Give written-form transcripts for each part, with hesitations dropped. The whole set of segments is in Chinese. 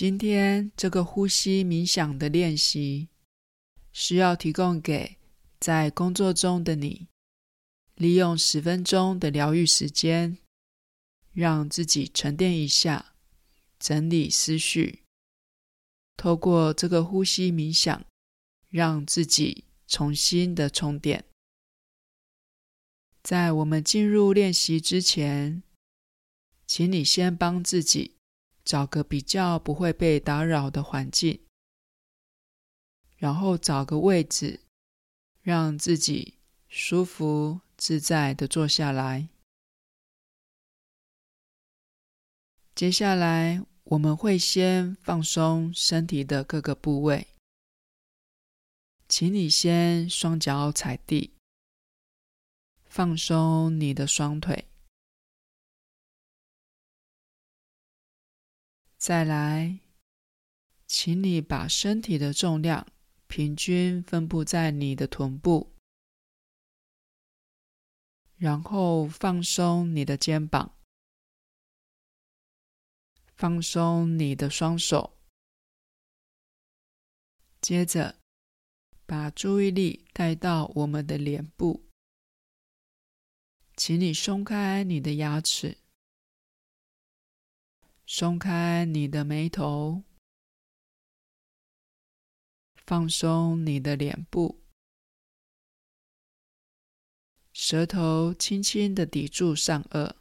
今天这个呼吸冥想的练习是要提供给在工作中的你，利用10分钟的疗愈时间，让自己沉淀一下，整理思绪，透过这个呼吸冥想，让自己重新的充电。在我们进入练习之前，请你先帮自己找个比较不会被打扰的环境，然后找个位置，让自己舒服自在地坐下来。接下来我们会先放松身体的各个部位，请你先双脚踩地，放松你的双腿。再来，请你把身体的重量平均分布在你的臀部，然后放松你的肩膀，放松你的双手。接着，把注意力带到我们的脸部，请你松开你的牙齿，松开你的眉头，放松你的脸部，舌头轻轻地抵住上颚。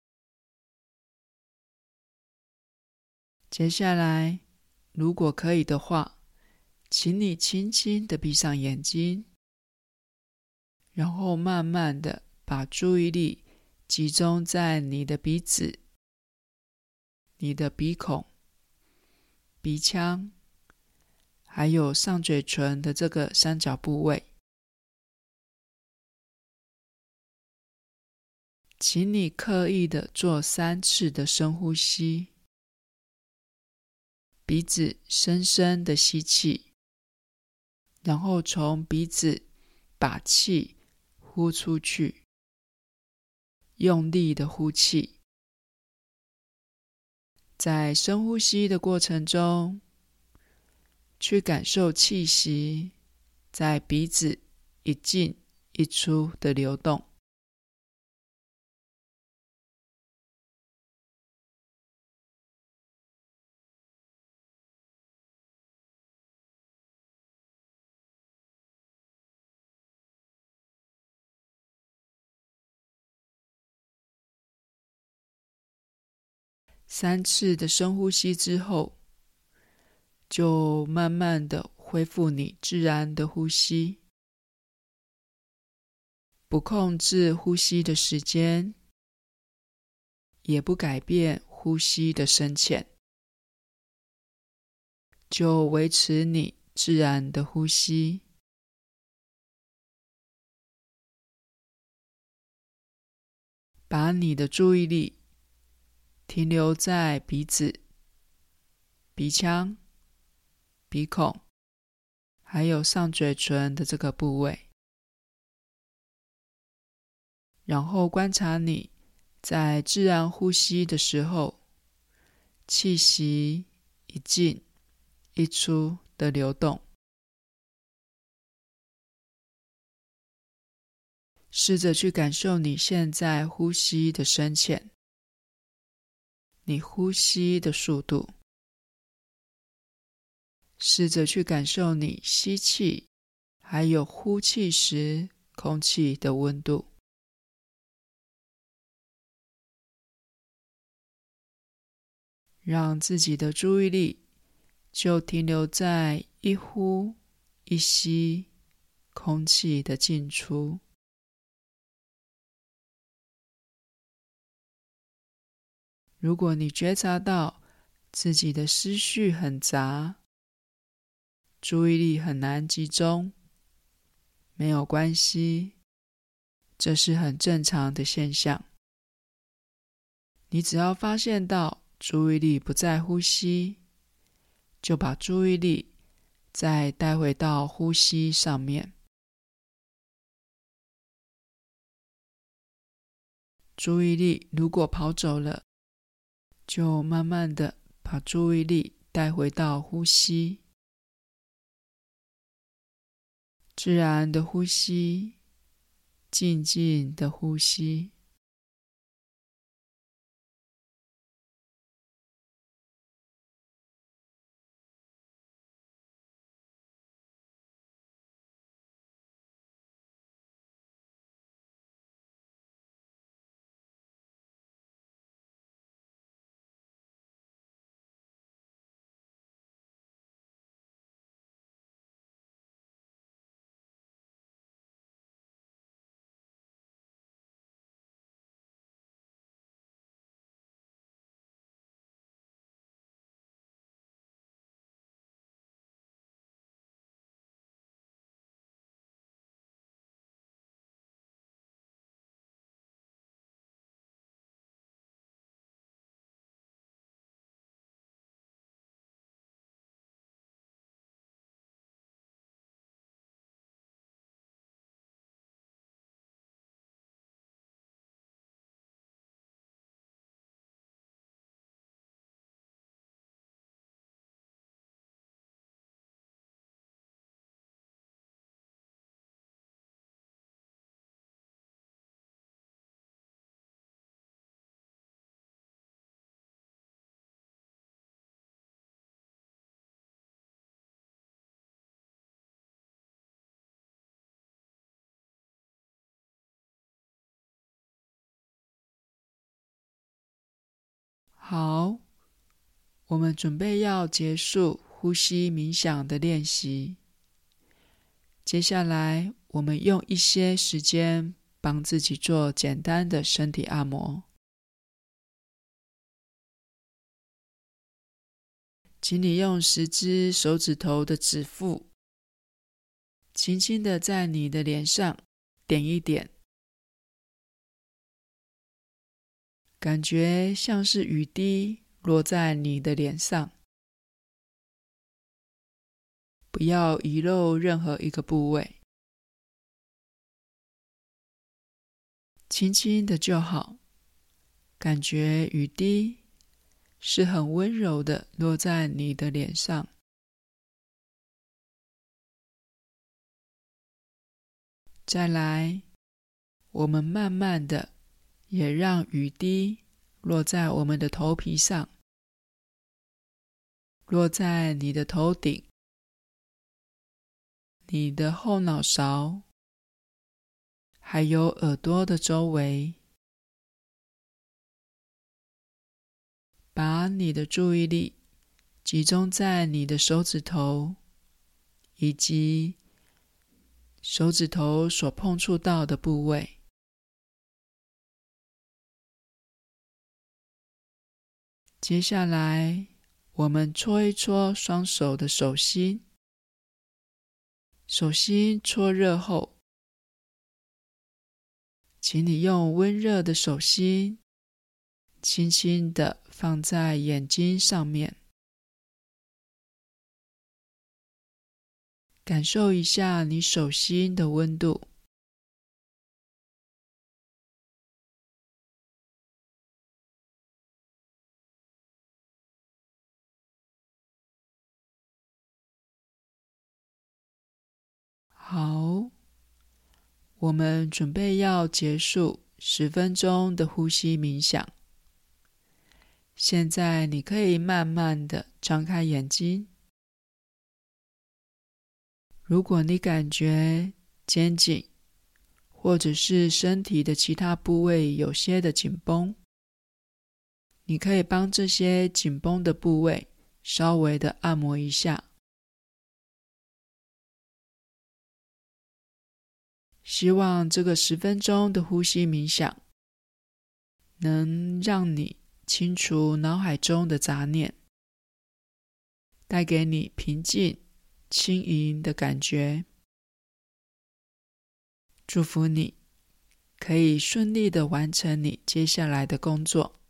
接下来，如果可以的话，请你轻轻地闭上眼睛，然后慢慢地把注意力集中在你的鼻子、你的鼻孔、鼻腔，还有上嘴唇的这个三角部位。请你刻意的做3次的深呼吸，鼻子深深的吸气，然后从鼻子把气呼出去，用力的呼气。在深呼吸的过程中，去感受气息在鼻子一进一出的流动。3次的深呼吸之后，就慢慢的恢复你自然的呼吸，不控制呼吸的时间，也不改变呼吸的深浅，就维持你自然的呼吸。把你的注意力停留在鼻子、鼻腔、鼻孔，还有上嘴唇的这个部位，然后观察你在自然呼吸的时候，气息一进一出的流动。试着去感受你现在呼吸的深浅，你呼吸的速度。试着去感受你吸气还有呼气时空气的温度。让自己的注意力就停留在一呼一吸空气的进出。如果你觉察到自己的思绪很杂，注意力很难集中，没有关系，这是很正常的现象。你只要发现到注意力不在呼吸，就把注意力再带回到呼吸上面。注意力如果跑走了，就慢慢的把注意力带回到呼吸，自然的呼吸，静静的呼吸。好，我们准备要结束呼吸冥想的练习。接下来，我们用一些时间帮自己做简单的身体按摩。请你用10只手指头的指腹，轻轻的在你的脸上点一点，感觉像是雨滴落在你的脸上。不要遗漏任何一个部位，轻轻的就好，感觉雨滴是很温柔的落在你的脸上。再来，我们慢慢的也让雨滴落在我们的头皮上，落在你的头顶、你的后脑勺，还有耳朵的周围。把你的注意力集中在你的手指头，以及手指头所碰触到的部位。接下来，我们搓一搓双手的手心。手心搓热后，请你用温热的手心轻轻地放在眼睛上面，感受一下你手心的温度。好，我们准备要结束10分钟的呼吸冥想。现在你可以慢慢的张开眼睛。如果你感觉肩颈或者是身体的其他部位有些的紧绷，你可以帮这些紧绷的部位稍微的按摩一下。希望这个10分钟的呼吸冥想能让你清除脑海中的杂念，带给你平静、轻盈的感觉。祝福你可以顺利的完成你接下来的工作。